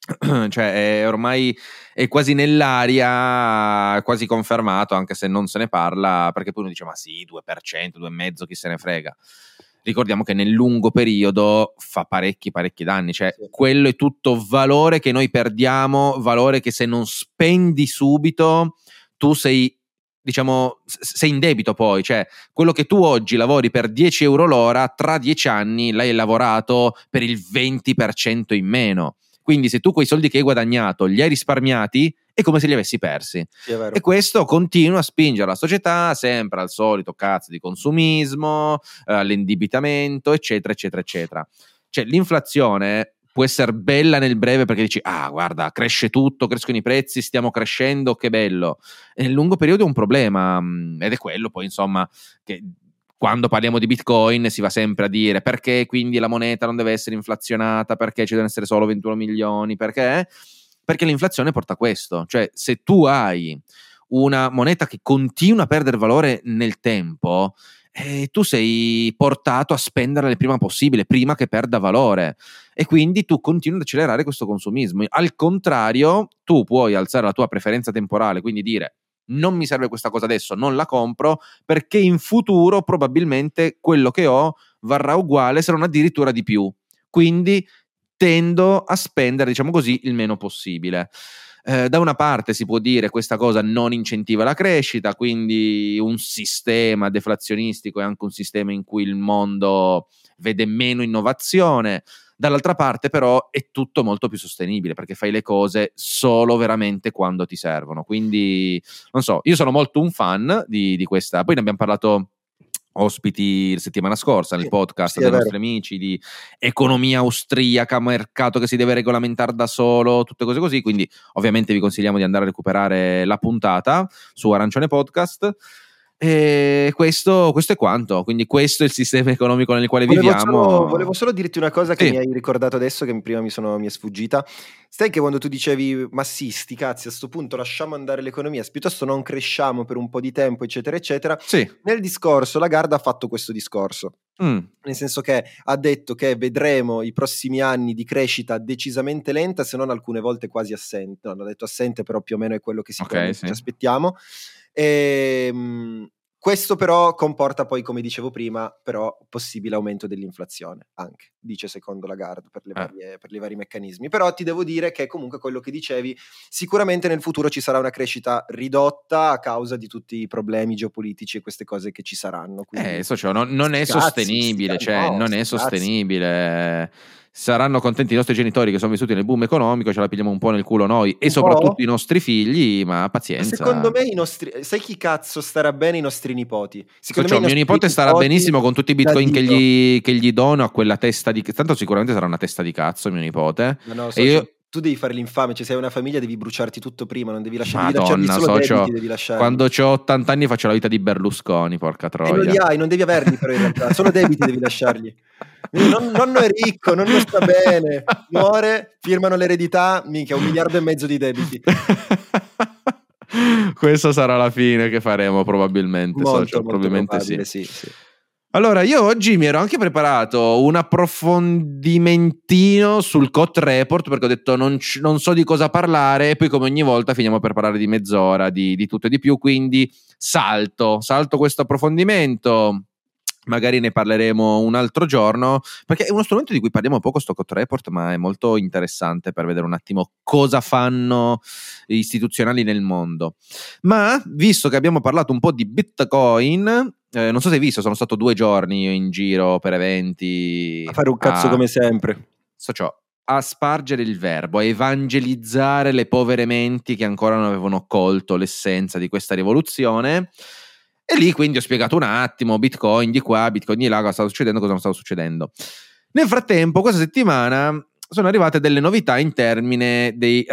S1: Cioè è ormai è quasi nell'aria, quasi confermato, anche se non se ne parla, perché poi uno dice ma sì, due per cento, due virgola cinque, chi se ne frega. Ricordiamo che nel lungo periodo fa parecchi parecchi danni, cioè sì. quello è tutto valore che noi perdiamo, valore che se non spendi subito tu sei, diciamo, sei in debito poi, cioè quello che tu oggi lavori per dieci euro l'ora, tra dieci anni l'hai lavorato per il venti per cento in meno. Quindi se tu quei soldi che hai guadagnato li hai risparmiati, è come se li avessi persi.
S2: Sì,
S1: e questo continua a spingere la società sempre al solito cazzo di consumismo, eh, all'indebitamento, eccetera, eccetera, eccetera. Cioè l'inflazione può essere bella nel breve perché dici ah guarda cresce tutto, crescono i prezzi, stiamo crescendo, che bello. E nel lungo periodo è un problema, ed è quello poi insomma che quando parliamo di Bitcoin si va sempre a dire perché quindi la moneta non deve essere inflazionata, perché ci devono essere solo ventuno milioni, perché? Perché l'inflazione porta a questo, cioè se tu hai una moneta che continua a perdere valore nel tempo, e tu sei portato a spenderla il prima possibile, prima che perda valore, e quindi tu continui ad accelerare questo consumismo. Al contrario, tu puoi alzare la tua preferenza temporale, quindi dire non mi serve questa cosa adesso, non la compro, perché in futuro probabilmente quello che ho varrà uguale, se non addirittura di più, quindi tendo a spendere, diciamo così, il meno possibile. Eh, da una parte si può dire questa cosa non incentiva la crescita, quindi un sistema deflazionistico è anche un sistema in cui il mondo vede meno innovazione. Dall'altra parte però è tutto molto più sostenibile, perché fai le cose solo veramente quando ti servono. Quindi non so, io sono molto un fan di, di questa, poi ne abbiamo parlato ospiti la settimana scorsa nel podcast, sì, dei nostri amici, di economia austriaca, mercato che si deve regolamentare da solo, tutte cose così, quindi ovviamente vi consigliamo di andare a recuperare la puntata su Arancione Podcast. E questo, questo è quanto, quindi questo è il sistema economico nel quale
S2: volevo
S1: viviamo.
S2: Solo, volevo solo dirti una cosa che
S1: sì.
S2: mi hai ricordato adesso, che prima mi, sono, mi è sfuggita. Sai che quando tu dicevi ma sì, sti cazzi, a sto punto lasciamo andare l'economia, piuttosto non cresciamo per un po' di tempo, eccetera eccetera,
S1: sì.
S2: Nel discorso Lagarde ha fatto questo discorso, mm. nel senso che ha detto che vedremo i prossimi anni di crescita decisamente lenta, se non alcune volte quasi assente. No, non ha detto assente, però più o meno è quello che sicuramente okay, sì. ci aspettiamo. E, mh, questo però comporta poi, come dicevo prima, però possibile aumento dell'inflazione anche, dice secondo Lagarde, per, le varie, eh. per i vari meccanismi. Però ti devo dire che comunque quello che dicevi, sicuramente nel futuro ci sarà una crescita ridotta a causa di tutti i problemi geopolitici e queste cose che ci saranno. Quindi,
S1: eh, so, cioè, non, non è
S2: cazzi,
S1: sostenibile, cioè
S2: no,
S1: non è sostenibile. Saranno contenti i nostri genitori che sono vissuti nel boom economico, ce la pigliamo un po' nel culo noi e soprattutto i nostri figli, ma pazienza.
S2: Secondo me i nostri, sai chi cazzo starà bene? I nostri nipoti.
S1: Secondo so, me mio nipote starà benissimo con tutti i bitcoin che gli, che gli dono a quella testa di, tanto sicuramente sarà una testa di cazzo mio nipote.
S2: No, no, so,
S1: e io...
S2: cioè, tu devi fare l'infame, cioè se hai una famiglia devi bruciarti tutto prima, non devi lasciarli,
S1: Madonna,
S2: devi lasciarli solo
S1: socio,
S2: debiti, devi lasciarli.
S1: Quando ho ottanta anni faccio la vita di Berlusconi, porca troia.
S2: E non li hai, non devi averli però in realtà, solo debiti devi lasciargli. Non, nonno è ricco, nonno sta bene, muore, firmano l'eredità, minchia, un miliardo e mezzo di debiti.
S1: Questa sarà la fine che faremo probabilmente, molto, socio, molto probabilmente sì.
S2: sì, sì.
S1: Allora, io oggi mi ero anche preparato un approfondimentino sul C O T report, perché ho detto non, c- non so di cosa parlare, e poi come ogni volta finiamo per parlare di mezz'ora, di, di tutto e di più, quindi salto, salto questo approfondimento. Magari ne parleremo un altro giorno, perché è uno strumento di cui parliamo poco, sto C O T report, ma è molto interessante per vedere un attimo cosa fanno gli istituzionali nel mondo. Ma visto che abbiamo parlato un po' di Bitcoin, eh, non so se hai visto, sono stato due giorni io in giro per eventi
S2: a fare un cazzo a, come sempre
S1: so ciò, a spargere il verbo, a evangelizzare le povere menti che ancora non avevano colto l'essenza di questa rivoluzione. E lì quindi ho spiegato un attimo, Bitcoin di qua, Bitcoin di là, cosa stava succedendo, cosa non stava succedendo. Nel frattempo, questa settimana sono arrivate delle novità in termini di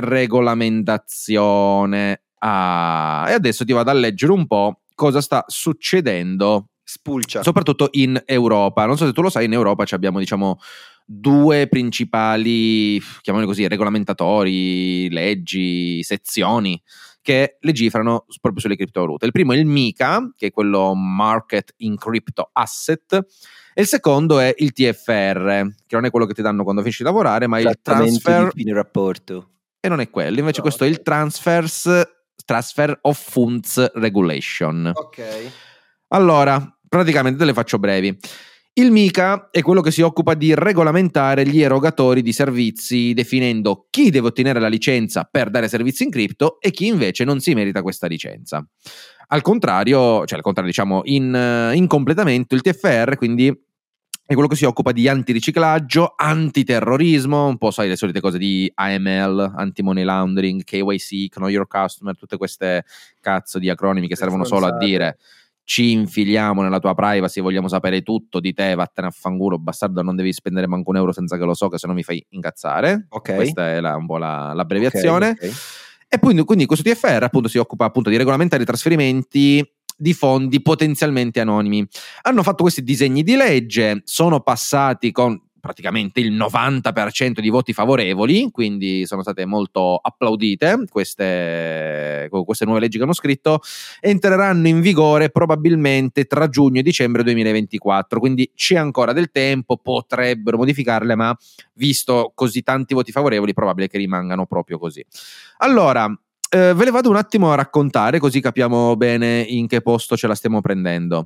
S1: regolamentazione. Ah, e adesso ti vado a leggere un po' cosa sta succedendo.
S2: Spulcia.
S1: Soprattutto in Europa. Non so se tu lo sai, in Europa abbiamo, diciamo, due principali, chiamiamoli così, regolamentatori, leggi, sezioni che legiferano proprio sulle criptovalute. Il primo è il MiCA, che è quello Market in Crypto Asset, e il secondo è il T F R, che non è quello che ti danno quando finisci di lavorare, ma il Transfer
S2: di rapporto.
S1: E non è quello, invece no, questo okay. è il Transfers Transfer of Funds Regulation.
S2: Ok.
S1: Allora, praticamente te le faccio brevi. Il MiCA è quello che si occupa di regolamentare gli erogatori di servizi, definendo chi deve ottenere la licenza per dare servizi in cripto e chi invece non si merita questa licenza. Al contrario, cioè al contrario, diciamo, in, in completamento, il T F R quindi è quello che si occupa di antiriciclaggio, antiterrorismo, un po' sai le solite cose di A M L, anti-money laundering, K Y C, Know Your Customer, tutte queste cazzo di acronimi che servono solo a dire ci infiliamo nella tua privacy, vogliamo sapere tutto di te, vattene a fanculo, bastardo, non devi spendere manco un euro senza che lo so, che se no mi fai incazzare.
S2: Okay.
S1: Questa è la, un po' la, l'abbreviazione.
S2: Okay, okay.
S1: E quindi, quindi questo T F R appunto si occupa appunto di regolamentare i trasferimenti di fondi potenzialmente anonimi. Hanno fatto questi disegni di legge, sono passati con praticamente il novanta per cento di voti favorevoli, quindi sono state molto applaudite queste, queste nuove leggi che hanno scritto, entreranno in vigore probabilmente tra giugno e dicembre duemilaventiquattro, quindi c'è ancora del tempo, potrebbero modificarle, ma visto così tanti voti favorevoli, probabile che rimangano proprio così. Allora, eh, ve le vado un attimo a raccontare, così capiamo bene in che posto ce la stiamo prendendo.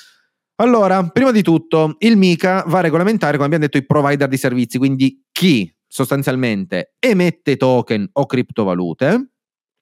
S1: Allora, prima di tutto, il MiCA va a regolamentare, come abbiamo detto, i provider di servizi, quindi chi sostanzialmente emette token o criptovalute,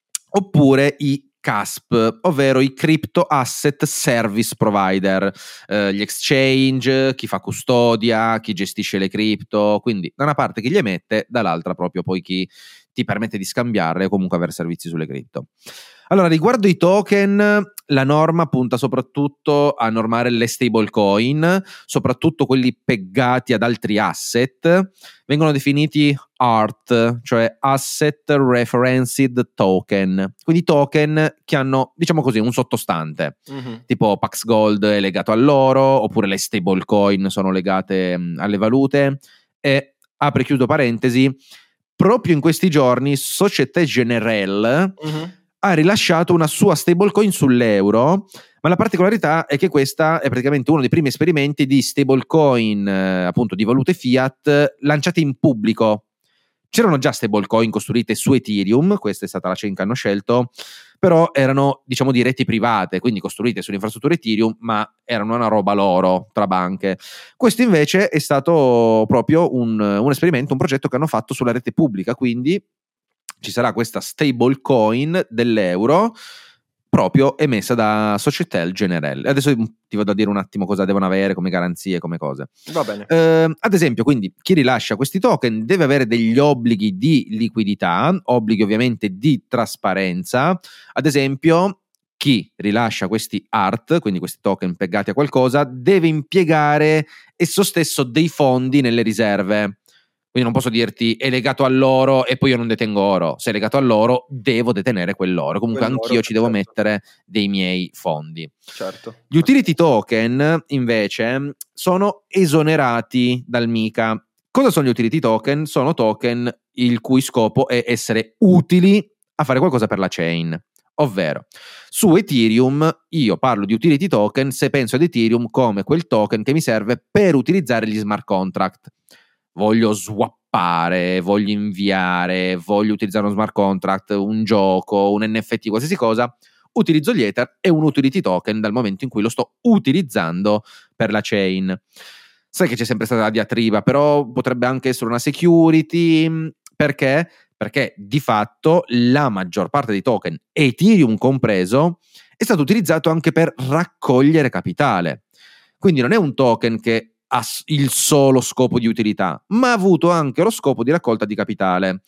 S1: oppure i C A S P, ovvero i Crypto Asset Service Provider, eh, gli exchange, chi fa custodia, chi gestisce le cripto, quindi da una parte chi li emette, dall'altra proprio poi chi ti permette di scambiarle o comunque avere servizi sulle cripto. Allora, riguardo i token, la norma punta soprattutto a normare le stablecoin, soprattutto quelli peggati ad altri asset, vengono definiti A R T, cioè Asset Referenced Token, quindi token che hanno, diciamo così, un sottostante, mm-hmm. tipo Pax Gold è legato all'oro, oppure le stablecoin sono legate mh, alle valute, e, apri e chiudo parentesi, proprio in questi giorni Société Générale mm-hmm. ha rilasciato una sua stablecoin sull'euro, ma la particolarità è che questa è praticamente uno dei primi esperimenti di stablecoin, eh, appunto di valute fiat, lanciate in pubblico. C'erano già stablecoin costruite su Ethereum, questa è stata la chain che hanno scelto, però erano, diciamo, di reti private, quindi costruite sull'infrastruttura Ethereum, ma erano una roba loro tra banche. Questo invece è stato proprio un, un esperimento, un progetto che hanno fatto sulla rete pubblica, quindi ci sarà questa stablecoin dell'euro proprio emessa da Société Générale. Adesso ti vado a dire un attimo cosa devono avere come garanzie, come cose.
S2: Va bene.
S1: Eh, ad esempio, quindi, chi rilascia questi token deve avere degli obblighi di liquidità, obblighi ovviamente di trasparenza. Ad esempio, chi rilascia questi A R T, quindi questi token peggati a qualcosa, deve impiegare esso stesso dei fondi nelle riserve. Quindi non posso dirti è legato all'oro e poi io non detengo oro. Se è legato all'oro devo detenere quell'oro. Comunque quell'oro, anch'io ci certo. devo mettere dei miei fondi.
S2: Certo.
S1: Gli utility token invece sono esonerati dal MiCA. Cosa sono gli utility token? Sono token il cui scopo è essere utili a fare qualcosa per la chain. Ovvero, su Ethereum io parlo di utility token se penso ad Ethereum come quel token che mi serve per utilizzare gli smart contract. Voglio swappare, voglio inviare, voglio utilizzare uno smart contract, un gioco, un N F T, qualsiasi cosa, utilizzo gli Ether e un utility token dal momento in cui lo sto utilizzando per la chain. Sai che c'è sempre stata la diatriba, però potrebbe anche essere una security, perché? Perché di fatto la maggior parte dei token, Ethereum compreso, è stato utilizzato anche per raccogliere capitale. Quindi non è un token che ha il solo scopo di utilità, ma ha avuto anche lo scopo di raccolta di capitale,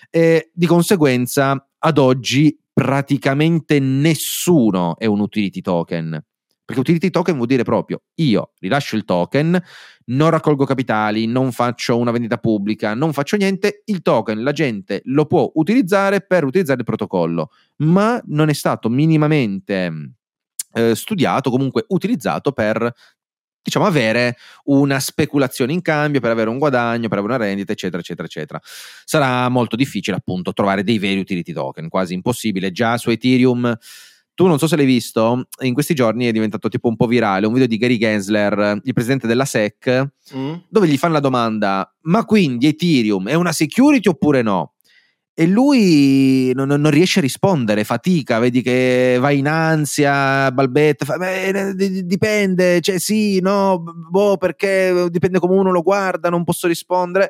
S1: e di conseguenza ad oggi praticamente nessuno è un utility token, perché utility token vuol dire proprio io rilascio il token, non raccolgo capitali, non faccio una vendita pubblica, non faccio niente, il token la gente lo può utilizzare per utilizzare il protocollo, ma non è stato minimamente eh, studiato, comunque utilizzato per, diciamo, avere una speculazione in cambio, per avere un guadagno, per avere una rendita, eccetera, eccetera, eccetera. Sarà molto difficile appunto trovare dei veri utility token, quasi impossibile. Già su Ethereum, tu non so se l'hai visto, in questi giorni è diventato tipo un po' virale un video di Gary Gensler, il presidente della S E C, mm. dove gli fanno la domanda: ma quindi Ethereum è una security oppure no? E lui non, non riesce a rispondere, fatica, vedi che va in ansia, balbetta, fa, beh, dipende, cioè sì, no, boh, perché dipende come uno lo guarda, non posso rispondere.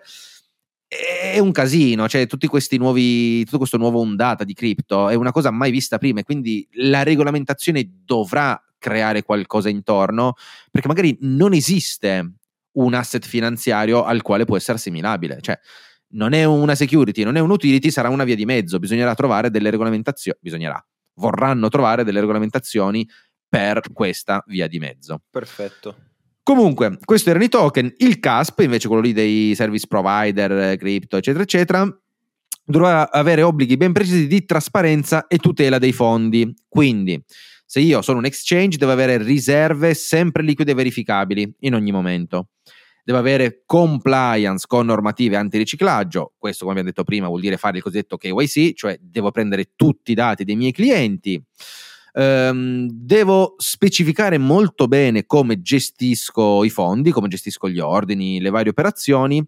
S1: È un casino, cioè tutti questi nuovi, tutto questo nuovo ondata di cripto è una cosa mai vista prima, e quindi la regolamentazione dovrà creare qualcosa intorno, perché magari non esiste un asset finanziario al quale può essere assimilabile, cioè non è una security, non è un utility, sarà una via di mezzo, bisognerà trovare delle regolamentazioni, bisognerà, vorranno trovare delle regolamentazioni per questa via di mezzo.
S2: Perfetto.
S1: Comunque, questo erano i token. Il C A S P, invece quello lì dei service provider, cripto, eccetera, eccetera, dovrà avere obblighi ben precisi di trasparenza e tutela dei fondi. Quindi, se io sono un exchange, devo avere riserve sempre liquide e verificabili in ogni momento. deve avere compliance con normative antiriciclaggio. Questo, come abbiamo detto prima, vuol dire fare il cosiddetto K Y C, cioè devo prendere tutti i dati dei miei clienti, ehm, devo specificare molto bene come gestisco i fondi, come gestisco gli ordini, le varie operazioni,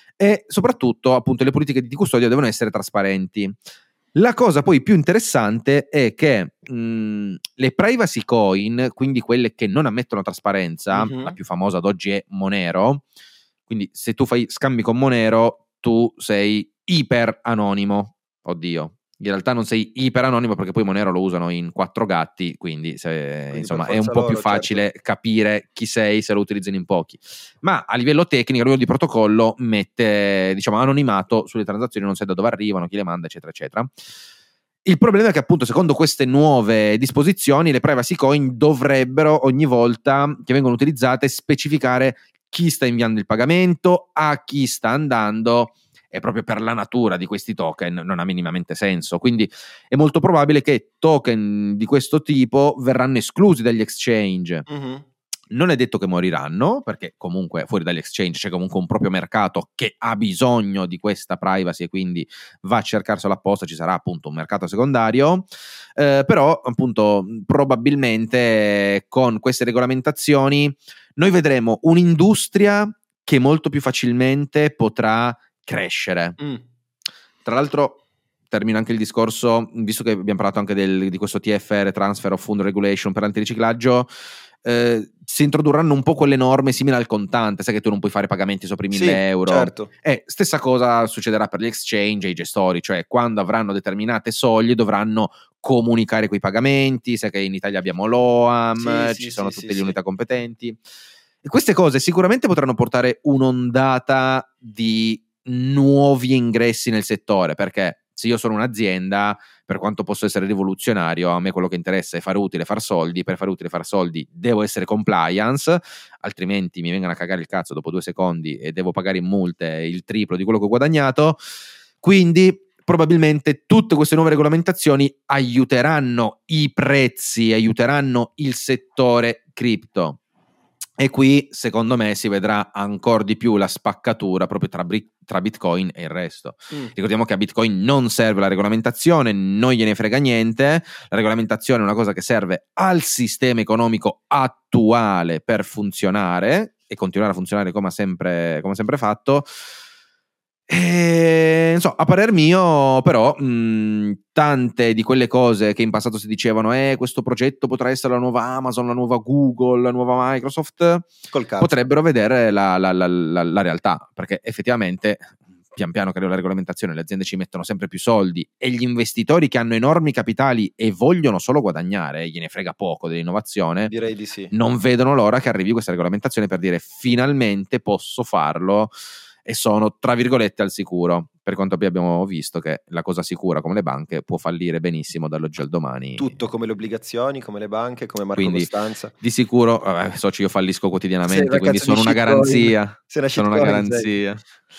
S1: e soprattutto appunto le politiche di custodia devono essere trasparenti. La cosa poi più interessante è che mh, le privacy coin, quindi quelle che non ammettono trasparenza, mm-hmm. la più famosa ad oggi è Monero, quindi se tu fai scambi con Monero tu sei iper anonimo, oddio, in realtà non sei iper anonimo perché poi Monero lo usano in quattro gatti, quindi, se, quindi insomma è un po' loro, più facile certo. capire chi sei se lo utilizzano in pochi, ma a livello tecnico, a livello di protocollo mette, diciamo, anonimato sulle transazioni, non sai da dove arrivano, chi le manda, eccetera eccetera. Il problema è che appunto secondo queste nuove disposizioni le privacy coin dovrebbero ogni volta che vengono utilizzate specificare chi sta inviando il pagamento, a chi sta andando, e proprio per la natura di questi token non ha minimamente senso. Quindi è molto probabile che token di questo tipo verranno esclusi dagli exchange. Mm-hmm. Non è detto che moriranno, perché comunque fuori dagli exchange c'è comunque un proprio mercato che ha bisogno di questa privacy e quindi va a cercarsela apposta, ci sarà appunto un mercato secondario, eh, però appunto probabilmente con queste regolamentazioni noi vedremo un'industria che molto più facilmente potrà crescere. Mm. Tra l'altro termino anche il discorso, visto che abbiamo parlato anche del, di questo T F R, Transfer of Fund Regulation per antiriciclaggio, eh, si introdurranno un po' quelle norme simili al contante, sai che tu non puoi fare pagamenti sopra i mille sì, euro, certo. E stessa cosa succederà per gli exchange e i gestori, cioè quando avranno determinate soglie dovranno comunicare quei pagamenti, sai che in Italia abbiamo l'O A M, sì, ci sì, sono sì, tutte sì, le unità sì. competenti, e queste cose sicuramente potranno portare un'ondata di nuovi ingressi nel settore, perché se io sono un'azienda, per quanto posso essere rivoluzionario, a me quello che interessa è fare utile, far soldi. Per fare utile, far soldi devo essere compliance, altrimenti mi vengono a cagare il cazzo dopo due secondi e devo pagare in multe il triplo di quello che ho guadagnato. Quindi probabilmente tutte queste nuove regolamentazioni aiuteranno i prezzi, aiuteranno il settore cripto. E qui, secondo me, si vedrà ancora di più la spaccatura proprio tra, tra Bitcoin e il resto. Mm. Ricordiamo che a Bitcoin non serve la regolamentazione, non gliene frega niente. La regolamentazione è una cosa che serve al sistema economico attuale per funzionare e continuare a funzionare come ha sempre, come ha sempre fatto. E, non so, a parer mio, però, mh, tante di quelle cose che in passato si dicevano, eh, questo progetto potrà essere la nuova Amazon, la nuova Google, la nuova Microsoft, potrebbero vedere la, la, la, la, la realtà, perché effettivamente pian piano che la regolamentazione, le aziende ci mettono sempre più soldi e gli investitori che hanno enormi capitali e vogliono solo guadagnare, gliene frega poco dell'innovazione,
S2: direi di sì.
S1: Non vedono l'ora che arrivi questa regolamentazione per dire finalmente posso farlo e sono tra virgolette al sicuro, per quanto abbiamo visto che la cosa sicura come le banche può fallire benissimo dall'oggi al domani,
S2: tutto come le obbligazioni, come le banche, come Marco
S1: quindi,
S2: Costanza.
S1: Di sicuro, eh, socio, io fallisco quotidianamente, quindi sono una garanzia, sono una garanzia.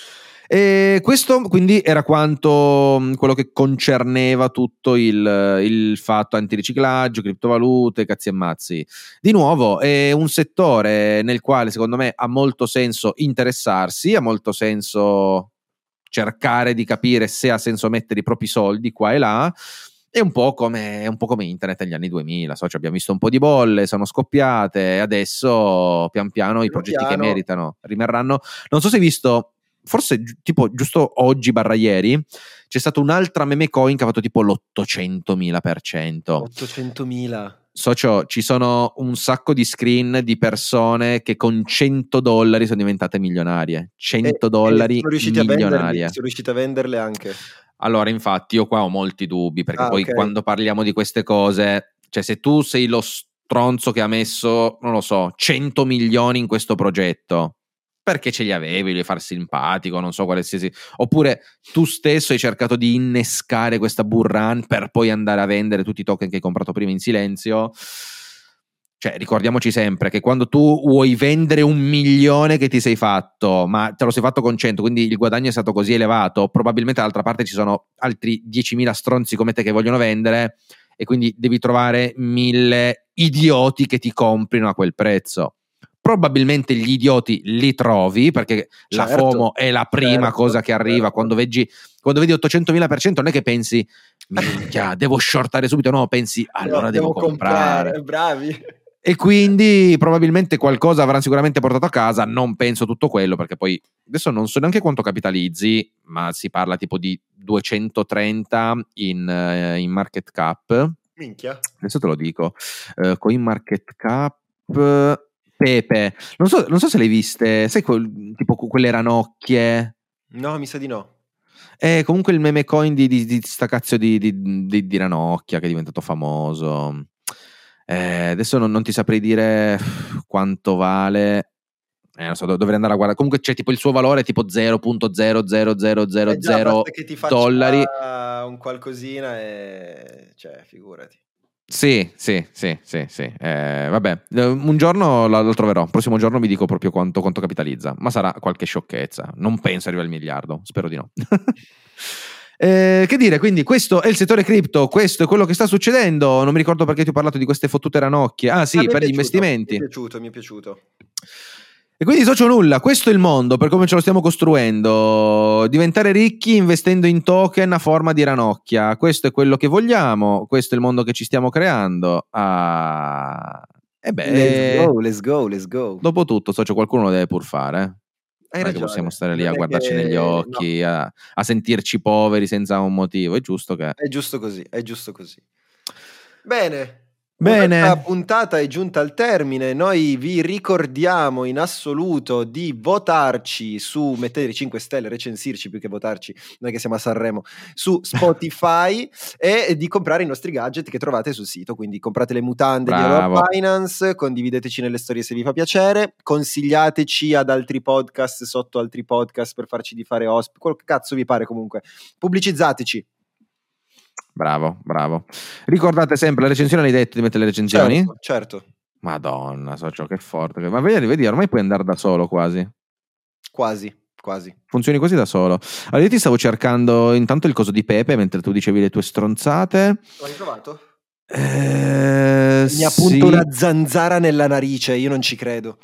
S1: E questo quindi era quanto quello che concerneva tutto il, il fatto antiriciclaggio, criptovalute, cazzi e mazzi. Di nuovo è un settore nel quale secondo me ha molto senso interessarsi, ha molto senso cercare di capire se ha senso mettere i propri soldi qua e là. È un po' come, è un po' come internet negli anni duemila, so, cioè abbiamo visto un po' di bolle, sono scoppiate, adesso pian piano, piano i progetti piano. che meritano rimarranno. Non so se hai visto, forse tipo giusto oggi barra ieri c'è stata un'altra meme coin che ha fatto tipo l'ottocentomila per cento.
S2: ottocentomila
S1: Socio, ci sono un sacco di screen di persone che con cento dollari sono diventate milionarie. cento dollari
S2: sono riusciti
S1: milionarie.
S2: A venderli, sono riusciti a venderle anche.
S1: Allora, infatti, io qua ho molti dubbi, perché ah, poi okay. quando parliamo di queste cose, cioè se tu sei lo stronzo che ha messo, non lo so, cento milioni in questo progetto, perché ce li avevi, li far simpatico, non so qualsiasi, oppure tu stesso hai cercato di innescare questa bull run per poi andare a vendere tutti i token che hai comprato prima in silenzio. Cioè, ricordiamoci sempre che quando tu vuoi vendere un milione che ti sei fatto, ma te lo sei fatto con cento, quindi il guadagno è stato così elevato, probabilmente dall'altra parte ci sono altri diecimila stronzi come te che vogliono vendere, e quindi devi trovare mille idioti che ti comprino a quel prezzo. probabilmente gli idioti li trovi, perché certo, la FOMO è la prima certo, cosa che arriva certo. quando vedi quando vedi ottocentomila per cento, non è che pensi minchia, devo shortare subito, no, pensi allora no, devo, devo comprare. comprare
S2: bravi.
S1: E quindi probabilmente qualcosa avranno sicuramente portato a casa, non penso tutto quello, perché poi adesso non so neanche quanto capitalizzi, ma si parla tipo di duecentotrenta in, in market cap.
S2: Minchia.
S1: Adesso te lo dico, uh, coin market cap Pepe, non so, non so se le hai viste, sai quel, tipo quelle ranocchie?
S2: No, mi sa di no.
S1: È comunque il meme coin di, di, di sta cazzo di, di, di, di ranocchia che è diventato famoso. Eh, adesso non, non ti saprei dire quanto vale, eh, non so, dovrei andare a guardare. Comunque c'è tipo il suo valore tipo zero virgola zero zero zero zero zero dollari.
S2: Un qualcosina e cioè figurati.
S1: Sì, sì, sì, sì, sì. Eh, vabbè, un giorno lo, lo troverò. Il prossimo giorno vi dico proprio quanto, quanto capitalizza. Ma sarà qualche sciocchezza. Non penso arrivi al miliardo. Spero di no. Eh, che dire, quindi questo è il settore cripto, questo è quello che sta succedendo. Non mi ricordo perché ti ho parlato di queste fottute ranocchie. Ah sì, per gli investimenti.
S2: Mi è piaciuto, mi è piaciuto.
S1: E quindi socio nulla, questo è il mondo per come ce lo stiamo costruendo. Diventare ricchi investendo in token a forma di ranocchia. Questo è quello che vogliamo, questo è il mondo che ci stiamo creando. Ah, e beh,
S2: let's go, let's go, let's go.
S1: Dopo tutto, socio, qualcuno lo deve pur fare, eh?
S2: Hai
S1: non
S2: ragione.
S1: È che possiamo stare lì a guardarci che... negli occhi, no. a, a sentirci poveri senza un motivo. È giusto che...
S2: È giusto così, è giusto così. Bene.
S1: Bene.
S2: La puntata è giunta al termine. Noi vi ricordiamo in assoluto di votarci su, mettere cinque stelle, recensirci più che votarci, non è che siamo a Sanremo, su Spotify e di comprare i nostri gadget che trovate sul sito. Quindi comprate le mutande Bravo. di Aloha Finance, condivideteci nelle storie se vi fa piacere, consigliateci ad altri podcast, sotto altri podcast per farci di fare ospiti, quello che cazzo vi pare, comunque pubblicizzateci.
S1: Bravo, bravo. Ricordate sempre, la recensione, l'hai detto di mettere le recensioni?
S2: Certo, certo.
S1: Madonna, socio, che forte. Ma vedi, vedi, ormai puoi andare da solo quasi.
S2: Quasi, quasi.
S1: Funzioni così da solo. Allora io ti stavo cercando intanto il coso di Pepe mentre tu dicevi le tue stronzate.
S2: Lo hai trovato?
S1: Eh,
S2: Mi ha
S1: sì.
S2: appunto una zanzara nella narice, io non ci credo.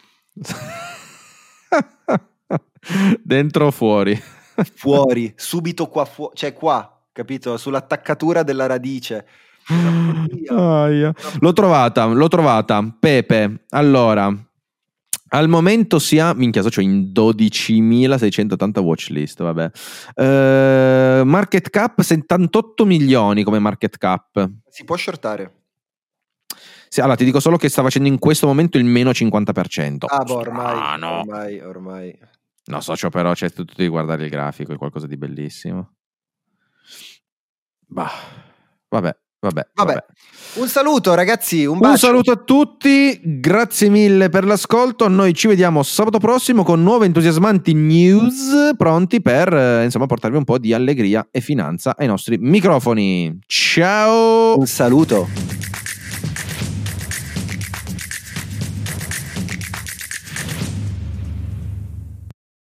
S1: Dentro o fuori?
S2: Fuori, subito qua fuori, cioè qua. Capito? Sull'attaccatura della radice.
S1: Oh, yeah. L'ho trovata, l'ho trovata. Pepe, allora, al momento si ha, minchia, socio in dodicimilaseicentottanta watchlist, vabbè. Uh, market cap settantotto milioni come market cap.
S2: Si può shortare.
S1: Sì, allora ti dico solo che sta facendo in questo momento il meno cinquanta per cento.
S2: Ah, boh, ormai,
S1: ah, no.
S2: ormai, ormai.
S1: No, socio, però c'è tutto di guardare il grafico, è qualcosa di bellissimo. Bah, vabbè, vabbè,
S2: vabbè.
S1: vabbè.
S2: Un saluto ragazzi, un bacio.
S1: Un saluto a tutti, grazie mille per l'ascolto. Noi ci vediamo sabato prossimo con nuove entusiasmanti news, pronti per eh, insomma portarvi un po' di allegria e finanza ai nostri microfoni. Ciao.
S2: Un saluto.